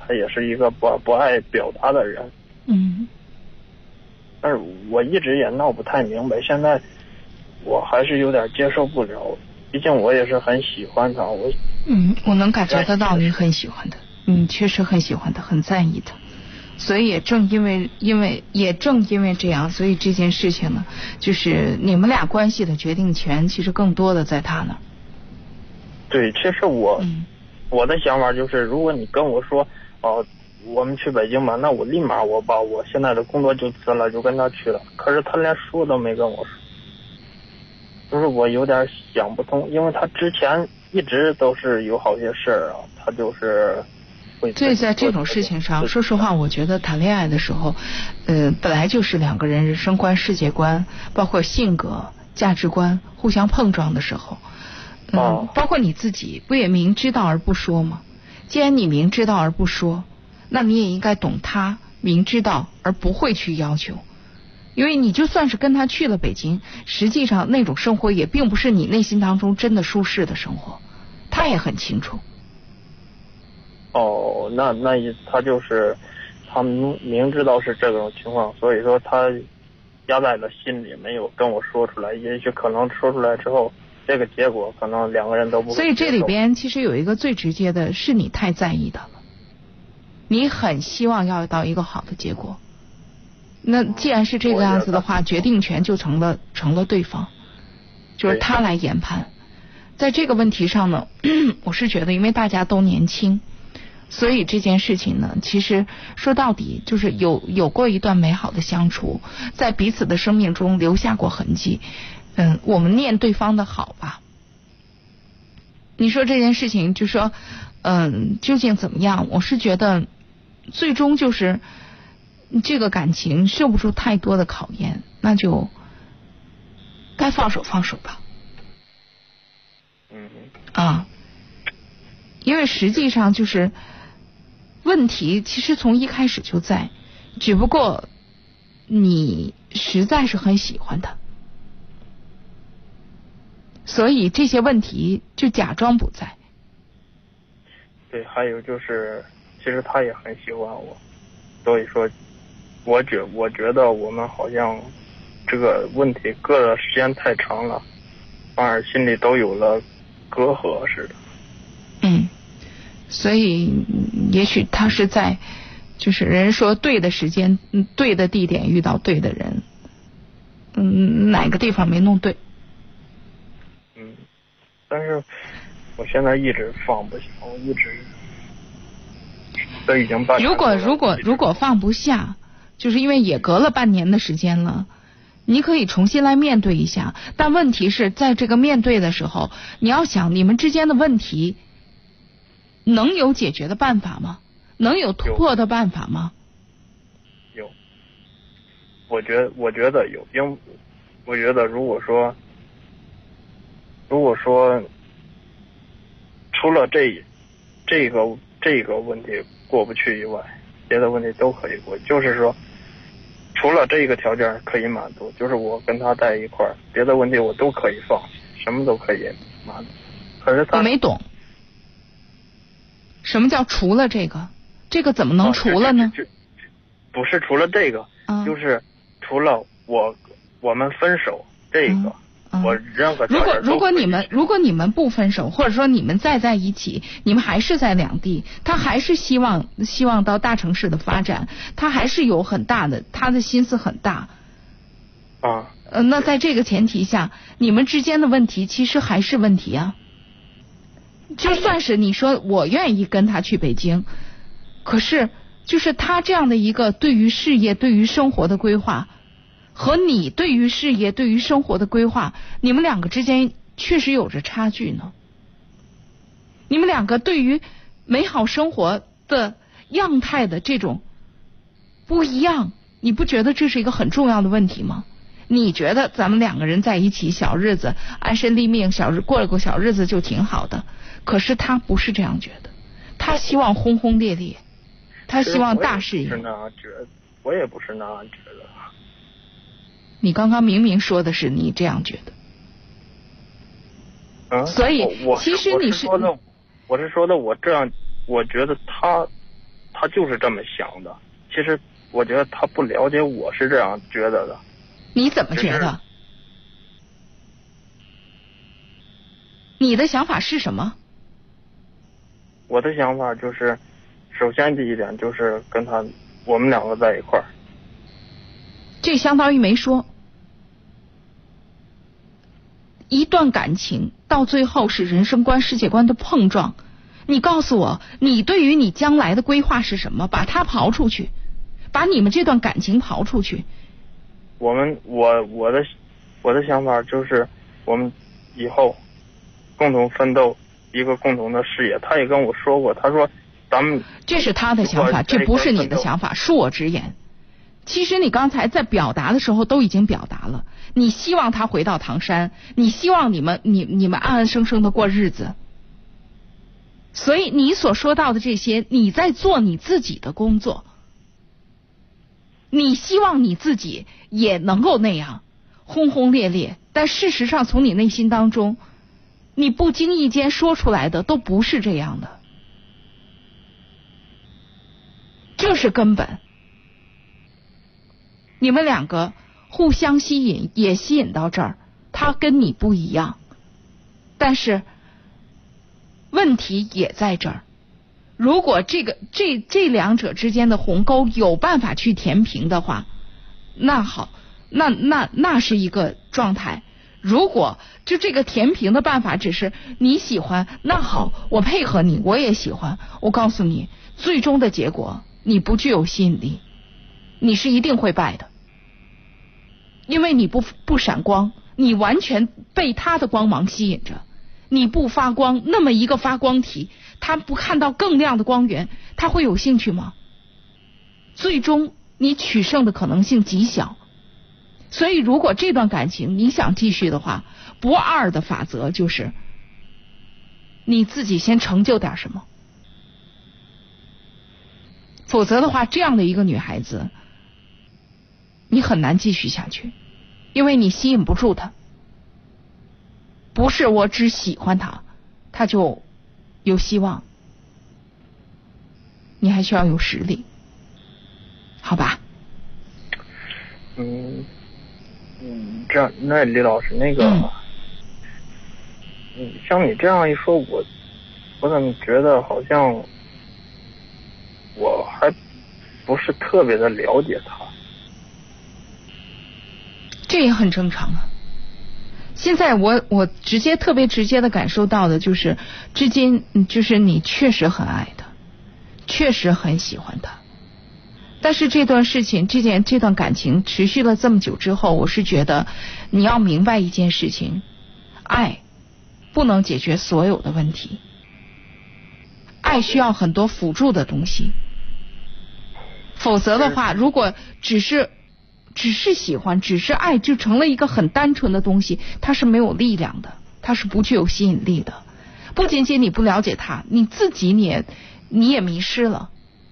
S15: 他也是一个不不爱表达的人。
S2: 嗯。
S15: 但是我一直也闹不太明白，现在我还是有点接受不了，毕竟我也是很喜欢他。我
S2: 嗯，我能感觉得到你很喜欢他，你确实很喜欢他，很在意他。所以也正因为因为也正因为这样，所以这件事情呢，就是你们俩关系的决定权其实更多的在他那儿。
S15: 对，其实我、
S2: 嗯、
S15: 我的想法就是，如果你跟我说哦、呃，我们去北京吧，那我立马我把我现在的工作就辞了，就跟他去了。可是他连说都没跟我说，就是我有点想不通，因为他之前一直都是有好些事儿啊，他就是会。
S2: 所以在这种事情上，说实话，我觉得谈恋爱的时候，呃，本来就是两个人人生观、世界观，包括性格、价值观互相碰撞的时候，嗯，
S15: 哦、
S2: 包括你自己不也明知道而不说吗？既然你明知道而不说，那你也应该懂他明知道而不会去要求。因为你就算是跟他去了北京，实际上那种生活也并不是你内心当中真的舒适的生活，他也很清楚。
S15: 哦，那那一他就是他明知道是这种情况，所以说他压在了心里，没有跟我说出来。也许可能说出来之后，这个结果可能两个人都不会接受。
S2: 所以这里边其实有一个最直接的，是你太在意他了，你很希望要到一个好的结果。那既然是这个样子的话，决定权就成了成了对方，就是他来研判。在这个问题上呢，我是觉得因为大家都年轻，所以这件事情呢，其实说到底就是有有过一段美好的相处，在彼此的生命中留下过痕迹。嗯，我们念对方的好吧。你说这件事情就说嗯究竟怎么样，我是觉得最终就是这个感情受不住太多的考验，那就该放手放手吧。
S15: 嗯
S2: 啊，因为实际上就是问题其实从一开始就在，只不过你实在是很喜欢他，所以这些问题就假装不在。
S15: 对，还有就是其实他也很喜欢我，所以说我觉我觉得我们好像这个问题隔的时间太长了，反而心里都有了隔阂似的。
S2: 嗯，所以也许他是在就是人说对的时间对的地点遇到对的人，嗯，哪个地方没弄对。
S15: 嗯，但是我现在一直放不下，我一直都已经半年了。
S2: 如果如果如果放不下，就是因为也隔了半年的时间了，你可以重新来面对一下。但问题是在这个面对的时候，你要想你们之间的问题能有解决的办法吗？能有突破的办法吗？
S15: 有，我觉得我觉得有，因为我觉得如果说如果说除了这这个这个问题过不去以外，别的问题都可以过。就是说除了这个条件可以满足，就是我跟他在一块儿，别的问题我都可以放弃，什么都可以满足。可是他
S2: 我没懂什么叫除了这个，这个怎么能除了呢？
S15: 啊、就就就不是除了这个、嗯、就是除了我我们分手这个、嗯、我任何条件都可以。
S2: 如果如果你们如果你们不分手，或者说你们再在一起，你们还是在两地，他还是希望希望到大城市的发展，他还是有很大的，他的心思很大
S15: 啊。
S2: 呃，那在这个前提下，你们之间的问题其实还是问题啊。就算是你说我愿意跟他去北京，可是就是他这样的一个对于事业对于生活的规划和你对于事业对于生活的规划，你们两个之间确实有着差距呢。你们两个对于美好生活的样态的这种不一样，你不觉得这是一个很重要的问题吗？你觉得咱们两个人在一起小日子安身立命，小日过了个小日子就挺好的，可是他不是这样觉得，他希望轰轰烈烈，他希望大事业。
S15: 我也不是那样觉得，我也不是那样觉得。
S2: 你刚刚明明说的是你这样觉得。
S15: 嗯，
S2: 所以
S15: 我
S2: 其实你
S15: 是说的，我是说的，我这样，我觉得他他就是这么想的。其实我觉得他不了解我是这样觉得的。
S2: 你怎么觉得？你的想法是什么？
S15: 我的想法就是，首先第一点就是跟他我们两个在一块儿。
S2: 这相当于没说。一段感情到最后是人生观、世界观的碰撞。你告诉我，你对于你将来的规划是什么？把它刨出去，把你们这段感情刨出去。
S15: 我们我我的我的想法就是，我们以后共同奋斗一个共同的事业。他也跟我说过，他说咱们
S2: 这是他的想法，这不是你的想法，恕我直言。其实你刚才在表达的时候都已经表达了，你希望他回到唐山，你希望你们你你们安安生生的过日子。所以你所说到的这些，你在做你自己的工作，你希望你自己也能够那样轰轰烈烈，但事实上从你内心当中，你不经意间说出来的都不是这样的，这是根本。你们两个互相吸引，也吸引到这儿，他跟你不一样，但是问题也在这儿。如果这个这这两者之间的鸿沟有办法去填平的话，那好，那那那是一个状态。如果就这个填平的办法只是你喜欢，那好，我配合你，我也喜欢。我告诉你，最终的结果你不具有吸引力，你是一定会败的，因为你不不闪光，你完全被他的光芒吸引着。你不发光，那么一个发光体，他不看到更亮的光源，他会有兴趣吗？最终你取胜的可能性极小。所以如果这段感情你想继续的话，不二的法则就是你自己先成就点什么，否则的话，这样的一个女孩子你很难继续下去，因为你吸引不住她。不是我只喜欢他，他就有希望。你还需要有实力，好吧？
S15: 嗯嗯，这样，那李老师，那个，嗯，嗯像你这样一说，我我怎么觉得好像我还不是特别的了解他？
S2: 这也很正常啊。现在我我直接特别直接的感受到的就是，至今就是你确实很爱他，确实很喜欢他，但是这段事情这件这段感情持续了这么久之后，我是觉得你要明白一件事情，爱不能解决所有的问题，爱需要很多辅助的东西，否则的话，如果只是只是喜欢，只是爱，就成了一个很单纯的东西，它是没有力量的，它是不具有吸引力的。不仅仅你不了解它，你自己你也你也迷失了。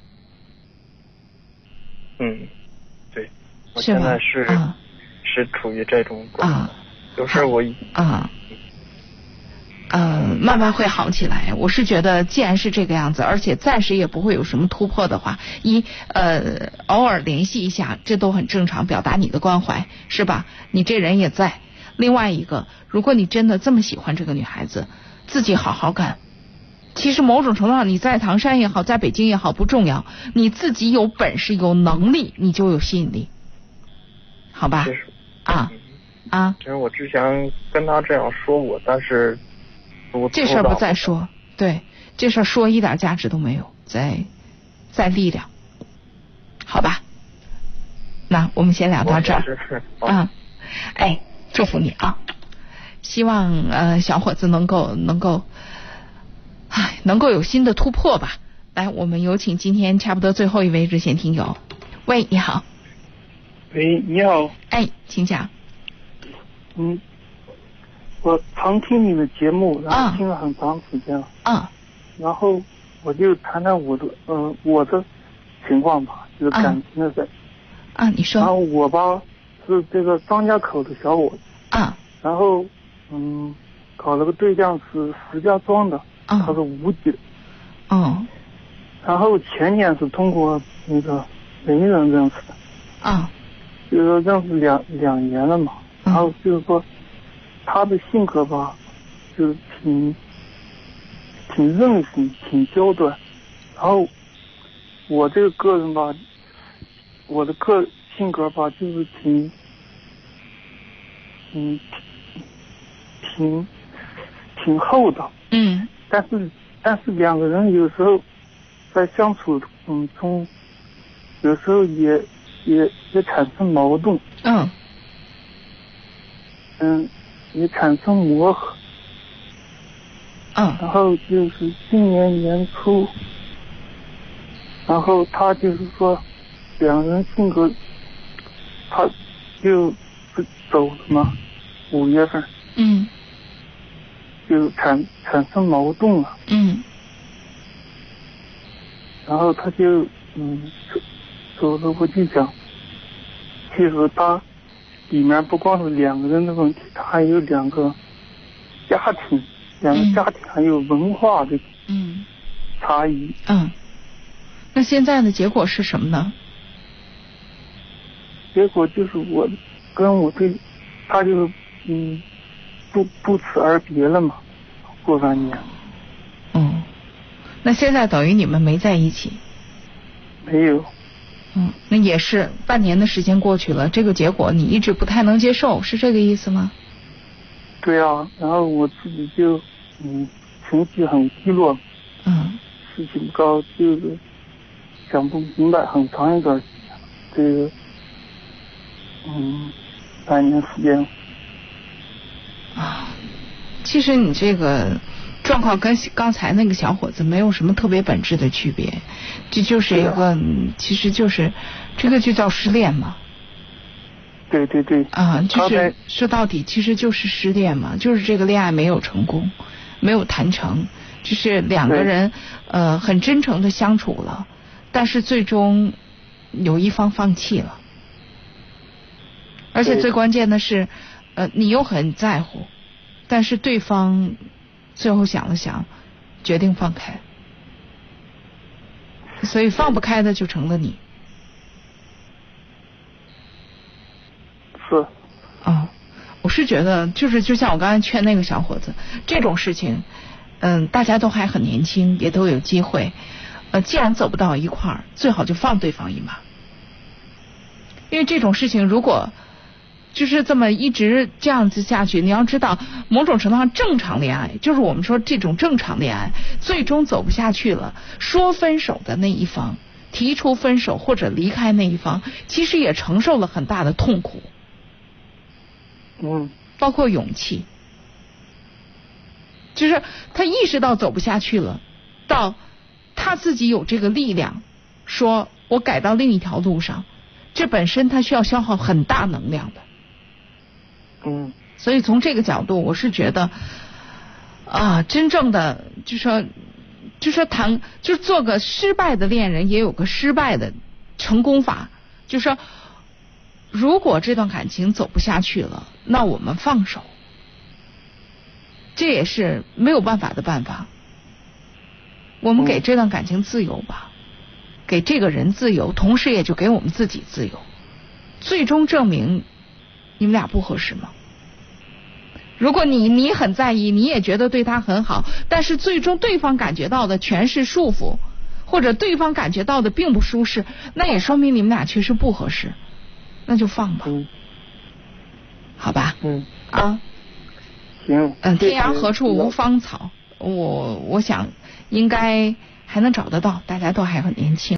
S15: 嗯，对，我现在是是、啊、是处于这种状态，啊、有时候我
S2: 啊。呃，慢慢会好起来。我是觉得，既然是这个样子，而且暂时也不会有什么突破的话，一呃，偶尔联系一下，这都很正常，表达你的关怀，是吧？你这人也在。另外一个，如果你真的这么喜欢这个女孩子，自己好好干。其实某种程度上，你在唐山也好，在北京也好，不重要，你自己有本事、有能力，你就有吸引力，好吧？啊啊！
S15: 其实我之前跟他这样说过，但是。
S2: 这事儿不再说，对，这事儿说一点价值都没有，再再力量，好吧？那我们先聊到这儿啊！哎，祝福你啊！希望呃小伙子能够能够，唉，能够有新的突破吧。来，我们有请今天差不多最后一位热线听友。喂，你好。
S16: 喂，你好。
S2: 哎，请讲。
S16: 嗯。我常听你的节目，然后听了很长时间了。
S2: 啊。
S16: 然后我就谈谈我的呃我的情况吧，就是感情的事。
S2: 啊，你说。
S16: 然后我吧是这个张家口的小伙子。
S2: 啊。
S16: 然后嗯，搞了个对象是石家庄的，
S2: 啊、
S16: 他是无锡的。
S2: 哦。
S16: 然后前年是通过那个媒人认识的。
S2: 啊。
S16: 就是说认识两两年了嘛，然后就是说他的性格吧，就是挺挺任性，挺刁钻。然后我这个个人吧，我的个性格吧，就是挺挺挺挺厚道。
S2: 嗯。
S16: 但是但是两个人有时候在相处嗯中，有时候也。也也产生矛盾，
S2: 嗯，
S16: 嗯，也产生磨合，
S2: 嗯，
S16: 然后就是今年年初，然后他就是说，两人性格，他就走了嘛，五月份，
S2: 嗯，
S16: 就产产生矛盾了，
S2: 嗯，
S16: 然后他就嗯。走了，我就想，其实他里面不光是两个人的问题，他还有两个家庭，两个家庭还有文化的
S2: 嗯
S16: 差异。
S2: 嗯，那现在的结果是什么呢？
S16: 结果就是我跟我对他就嗯不不辞而别了嘛，过半年。
S2: 嗯，那现在等于你们没在一起？
S16: 没有。
S2: 嗯，那也是半年的时间过去了，这个结果你一直不太能接受，是这个意思吗？
S16: 对啊，然后我自己就嗯情绪很低落，
S2: 嗯，
S16: 士气不高，就是想不明白很长一段时间，这个嗯半年时间
S2: 啊，其实你这个状况跟刚才那个小伙子没有什么特别本质的区别，这就是一个，其实就是这个就叫失恋嘛。
S16: 对对对。
S2: 啊，就是说到底其实就是失恋嘛，就是这个恋爱没有成功，没有谈成，就是两个人呃很真诚的相处了，但是最终有一方放弃了，而且最关键的是，呃，你又很在乎，但是对方最后想了想，决定放开，所以放不开的就成了你。
S16: 是。
S2: 啊，我是觉得，就是就像我刚才劝那个小伙子，这种事情，嗯，大家都还很年轻，也都有机会，呃，既然走不到一块儿，最好就放对方一马，因为这种事情如果就是这么一直这样子下去，你要知道，某种程度上正常恋爱，就是我们说这种正常恋爱，最终走不下去了，说分手的那一方，提出分手或者离开那一方，其实也承受了很大的痛苦，
S16: 嗯，
S2: 包括勇气，就是他意识到走不下去了，到他自己有这个力量，说我改到另一条路上，这本身他需要消耗很大能量的。
S16: 嗯，
S2: 所以从这个角度，我是觉得啊，真正的就说就说谈就做个失败的恋人，也有个失败的成功法，就说如果这段感情走不下去了，那我们放手，这也是没有办法的办法。我们给这段感情自由吧，给这个人自由，同时也就给我们自己自由。最终证明你们俩不合适吗？如果你你很在意，你也觉得对他很好，但是最终对方感觉到的全是束缚，或者对方感觉到的并不舒适，那也说明你们俩确实不合适，那就放吧，
S16: 嗯，
S2: 好吧，
S16: 嗯
S2: 啊，
S16: 行，
S2: 嗯，天涯何处无芳草，我我想应该还能找得到，大家都还很年轻。